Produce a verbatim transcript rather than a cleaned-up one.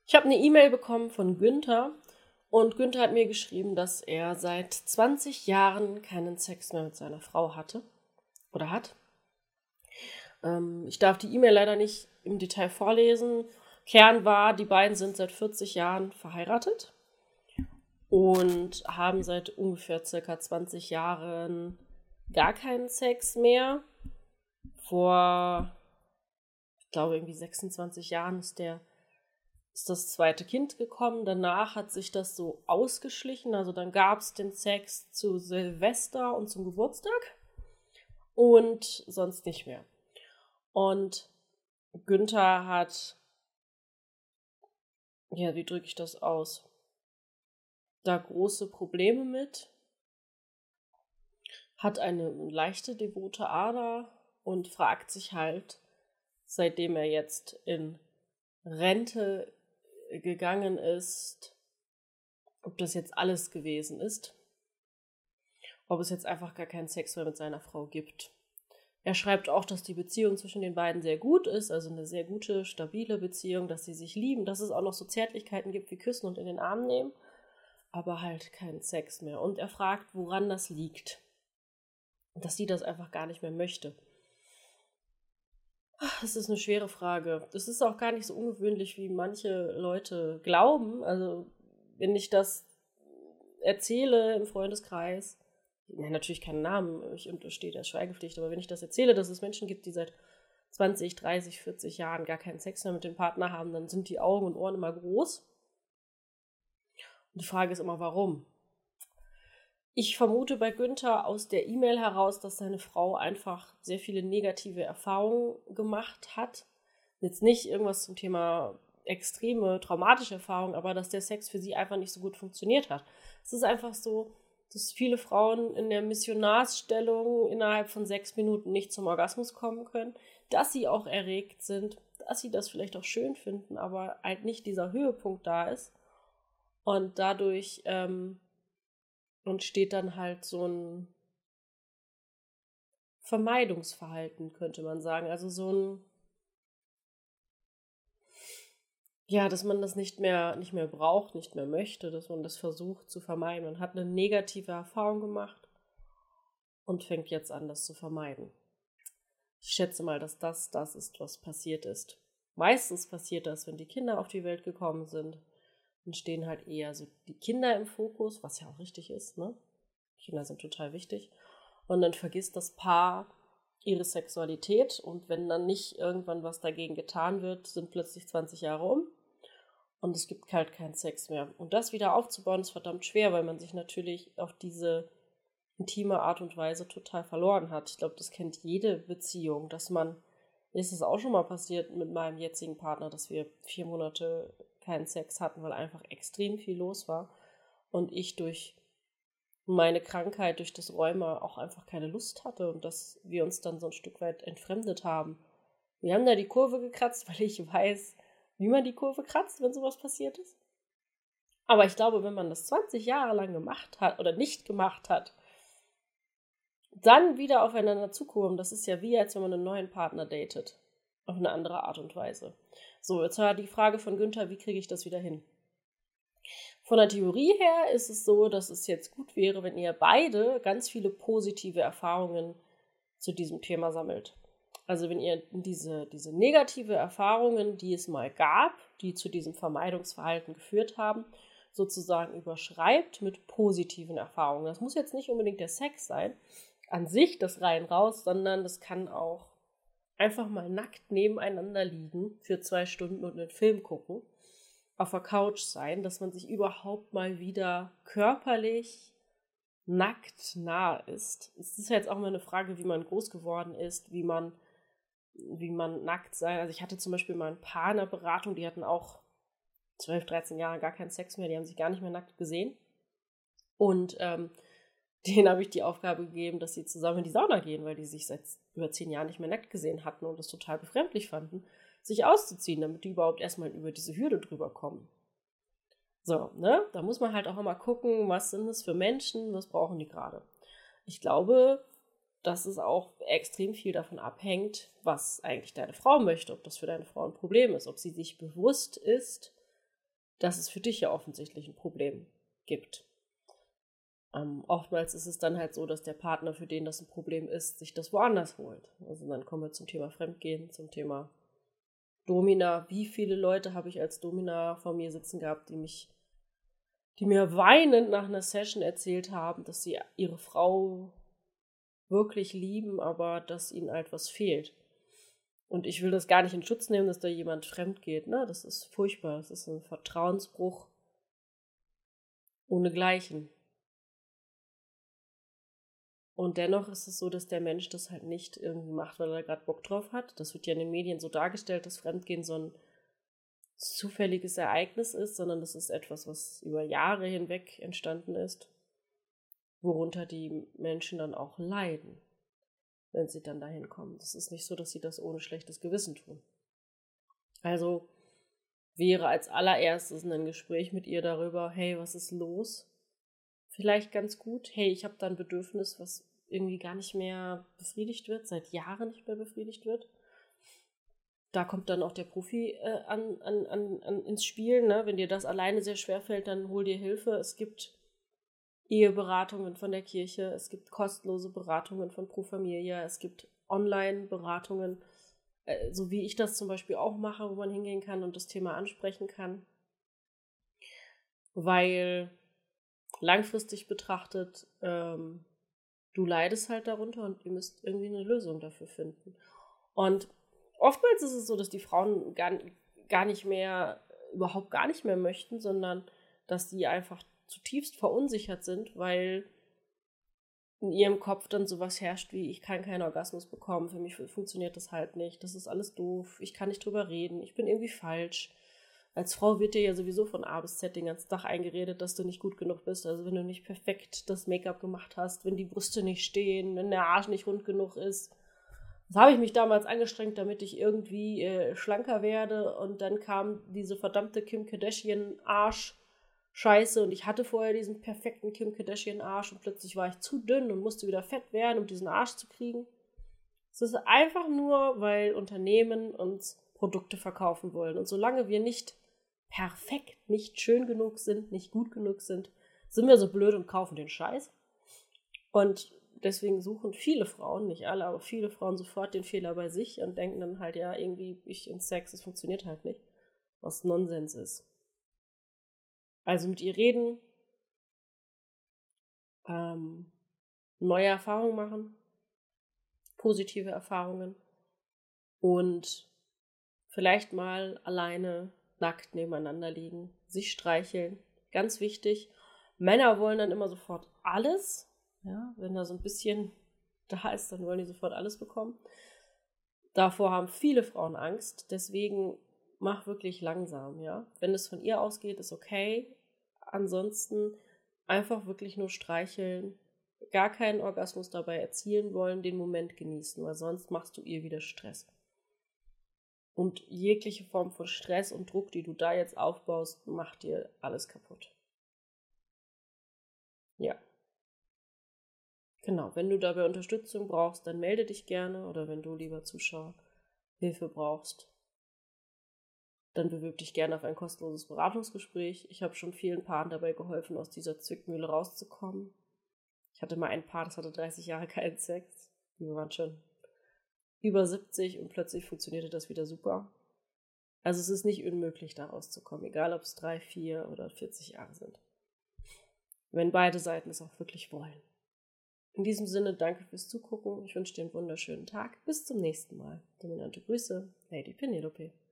Ich habe eine E-Mail bekommen von Günther und Günther hat mir geschrieben, dass er seit zwanzig Jahren keinen Sex mehr mit seiner Frau hatte oder hat. Ähm, ich darf die E-Mail leider nicht im Detail vorlesen. Kern war, die beiden sind seit vierzig Jahren verheiratet und haben seit ungefähr circa zwanzig Jahren gar keinen Sex mehr. Vor, ich glaube, irgendwie sechsundzwanzig Jahren ist der ist das zweite Kind gekommen. Danach hat sich das so ausgeschlichen. Also dann gab es den Sex zu Silvester und zum Geburtstag und sonst nicht mehr. Und Günther hat, ja, wie drücke ich das aus? Da große Probleme mit, hat eine leichte devote Ader und fragt sich halt, seitdem er jetzt in Rente gegangen ist, ob das jetzt alles gewesen ist, ob es jetzt einfach gar keinen Sex mehr mit seiner Frau gibt. Er schreibt auch, dass die Beziehung zwischen den beiden sehr gut ist, also eine sehr gute, stabile Beziehung, dass sie sich lieben, dass es auch noch so Zärtlichkeiten gibt wie Küssen und in den Arm nehmen, aber halt keinen Sex mehr. Und er fragt, woran das liegt. Dass sie das einfach gar nicht mehr möchte. Das ist eine schwere Frage. Das ist auch gar nicht so ungewöhnlich, wie manche Leute glauben. Also, wenn ich das erzähle im Freundeskreis, ich nenne natürlich keinen Namen, ich unterstehe der Schweigepflicht, aber wenn ich das erzähle, dass es Menschen gibt, die seit zwanzig, dreißig, vierzig Jahren gar keinen Sex mehr mit dem Partner haben, dann sind die Augen und Ohren immer groß. Und die Frage ist immer, warum? Ich vermute bei Günther aus der E-Mail heraus, dass seine Frau einfach sehr viele negative Erfahrungen gemacht hat. Jetzt nicht irgendwas zum Thema extreme, traumatische Erfahrungen, aber dass der Sex für sie einfach nicht so gut funktioniert hat. Es ist einfach so, dass viele Frauen in der Missionarsstellung innerhalb von sechs Minuten nicht zum Orgasmus kommen können, dass sie auch erregt sind, dass sie das vielleicht auch schön finden, aber halt nicht dieser Höhepunkt da ist. Und dadurch ähm, entsteht dann halt so ein Vermeidungsverhalten, könnte man sagen. Also so ein, ja, dass man das nicht mehr, nicht mehr braucht, nicht mehr möchte, dass man das versucht zu vermeiden. Man hat eine negative Erfahrung gemacht und fängt jetzt an, das zu vermeiden. Ich schätze mal, dass das das ist, was passiert ist. Meistens passiert das, wenn die Kinder auf die Welt gekommen sind. Dann stehen halt eher so die Kinder im Fokus, was ja auch richtig ist, ne? Kinder sind total wichtig. Und dann vergisst das Paar ihre Sexualität und wenn dann nicht irgendwann was dagegen getan wird, sind plötzlich zwanzig Jahre um und es gibt halt keinen Sex mehr. Und das wieder aufzubauen ist verdammt schwer, weil man sich natürlich auf diese intime Art und Weise total verloren hat. Ich glaube, das kennt jede Beziehung, dass man, mir ist es auch schon mal passiert mit meinem jetzigen Partner, dass wir vier Monate keinen Sex hatten, weil einfach extrem viel los war und ich durch meine Krankheit, durch das Rheuma auch einfach keine Lust hatte und dass wir uns dann so ein Stück weit entfremdet haben. Wir haben da die Kurve gekratzt, weil ich weiß, wie man die Kurve kratzt, wenn sowas passiert ist. Aber ich glaube, wenn man das zwanzig Jahre lang gemacht hat oder nicht gemacht hat, dann wieder aufeinander zukommen, das ist ja wie, als wenn man einen neuen Partner datet. Auf eine andere Art und Weise. So, jetzt war die Frage von Günther, wie kriege ich das wieder hin? Von der Theorie her ist es so, dass es jetzt gut wäre, wenn ihr beide ganz viele positive Erfahrungen zu diesem Thema sammelt. Also wenn ihr diese, diese negative Erfahrungen, die es mal gab, die zu diesem Vermeidungsverhalten geführt haben, sozusagen überschreibt mit positiven Erfahrungen. Das muss jetzt nicht unbedingt der Sex sein, an sich das rein raus, sondern das kann auch einfach mal nackt nebeneinander liegen für zwei Stunden und einen Film gucken, auf der Couch sein, dass man sich überhaupt mal wieder körperlich nackt nahe ist. Es ist ja jetzt auch mal eine Frage, wie man groß geworden ist, wie man, wie man nackt sein. Also ich hatte zum Beispiel mal ein Paar in der Beratung, die hatten auch zwölf, dreizehn Jahre gar keinen Sex mehr, die haben sich gar nicht mehr nackt gesehen. Und ähm, denen habe ich die Aufgabe gegeben, dass sie zusammen in die Sauna gehen, weil die sich seit über zehn Jahren nicht mehr nackt gesehen hatten und das total befremdlich fanden, sich auszuziehen, damit die überhaupt erstmal über diese Hürde drüber kommen. So, ne? Da muss man halt auch immer gucken, was sind das für Menschen, was brauchen die gerade. Ich glaube, dass es auch extrem viel davon abhängt, was eigentlich deine Frau möchte, ob das für deine Frau ein Problem ist, ob sie sich bewusst ist, dass es für dich ja offensichtlich ein Problem gibt. Ähm, oftmals ist es dann halt so, dass der Partner, für den das ein Problem ist, sich das woanders holt. Also dann kommen wir zum Thema Fremdgehen, zum Thema Domina. Wie viele Leute habe ich als Domina vor mir sitzen gehabt, die mich, die mir weinend nach einer Session erzählt haben, dass sie ihre Frau wirklich lieben, aber dass ihnen halt was fehlt. Und ich will das gar nicht in Schutz nehmen, dass da jemand fremd geht. Ne? Das ist furchtbar. Das ist ein Vertrauensbruch ohnegleichen. Und dennoch ist es so, dass der Mensch das halt nicht irgendwie macht, weil er gerade Bock drauf hat. Das wird ja in den Medien so dargestellt, dass Fremdgehen so ein zufälliges Ereignis ist, sondern das ist etwas, was über Jahre hinweg entstanden ist, worunter die Menschen dann auch leiden, wenn sie dann dahin kommen. Das ist nicht so, dass sie das ohne schlechtes Gewissen tun. Also wäre als allererstes ein Gespräch mit ihr darüber, hey, was ist los? Vielleicht ganz gut, hey, ich habe da ein Bedürfnis, was irgendwie gar nicht mehr befriedigt wird, seit Jahren nicht mehr befriedigt wird. Da kommt dann auch der Profi äh, an, an, an, an ins Spiel. Ne? Wenn dir das alleine sehr schwer fällt, dann hol dir Hilfe. Es gibt Eheberatungen von der Kirche, es gibt kostenlose Beratungen von Pro Familia, es gibt Online-Beratungen, äh, so wie ich das zum Beispiel auch mache, wo man hingehen kann und das Thema ansprechen kann. Weil langfristig betrachtet, ähm, du leidest halt darunter und ihr müsst irgendwie eine Lösung dafür finden. Und oftmals ist es so, dass die Frauen gar, gar nicht mehr, überhaupt gar nicht mehr möchten, sondern dass die einfach zutiefst verunsichert sind, weil in ihrem Kopf dann sowas herrscht wie, ich kann keinen Orgasmus bekommen, für mich funktioniert das halt nicht, das ist alles doof, ich kann nicht drüber reden, ich bin irgendwie falsch. Als Frau wird dir ja sowieso von A bis Z den ganzen Tag eingeredet, dass du nicht gut genug bist. Also wenn du nicht perfekt das Make-up gemacht hast, wenn die Brüste nicht stehen, wenn der Arsch nicht rund genug ist. Das habe ich mich damals angestrengt, damit ich irgendwie äh, schlanker werde. Und dann kam diese verdammte Kim Kardashian-Arsch-Scheiße. Und ich hatte vorher diesen perfekten Kim Kardashian-Arsch. Und plötzlich war ich zu dünn und musste wieder fett werden, um diesen Arsch zu kriegen. Es ist einfach nur, weil Unternehmen uns Produkte verkaufen wollen. Und solange wir nicht perfekt, nicht schön genug sind, nicht gut genug sind, sind wir so blöd und kaufen den Scheiß. Und deswegen suchen viele Frauen, nicht alle, aber viele Frauen sofort den Fehler bei sich und denken dann halt, ja, irgendwie, ich und Sex, das funktioniert halt nicht. Was Nonsens ist. Also mit ihr reden, ähm, neue Erfahrungen machen, positive Erfahrungen und vielleicht mal alleine nackt nebeneinander liegen, sich streicheln. Ganz wichtig. Männer wollen dann immer sofort alles. Ja, wenn da so ein bisschen da ist, dann wollen die sofort alles bekommen. Davor haben viele Frauen Angst. Deswegen mach wirklich langsam. Ja, wenn es von ihr ausgeht, ist okay. Ansonsten einfach wirklich nur streicheln. Gar keinen Orgasmus dabei erzielen wollen, den Moment genießen, weil sonst machst du ihr wieder Stress. Und jegliche Form von Stress und Druck, die du da jetzt aufbaust, macht dir alles kaputt. Ja. Genau, wenn du dabei Unterstützung brauchst, dann melde dich gerne. Oder wenn du, lieber Zuschauer, Hilfe brauchst, dann bewirb dich gerne auf ein kostenloses Beratungsgespräch. Ich habe schon vielen Paaren dabei geholfen, aus dieser Zwickmühle rauszukommen. Ich hatte mal ein Paar, das hatte dreißig Jahre keinen Sex. Wir waren schon über siebzig und plötzlich funktionierte das wieder super. Also es ist nicht unmöglich, da rauszukommen, egal ob es drei, vier oder vierzig Jahre sind. Wenn beide Seiten es auch wirklich wollen. In diesem Sinne, danke fürs Zugucken. Ich wünsche dir einen wunderschönen Tag. Bis zum nächsten Mal. Dominante Grüße, Lady Penelope.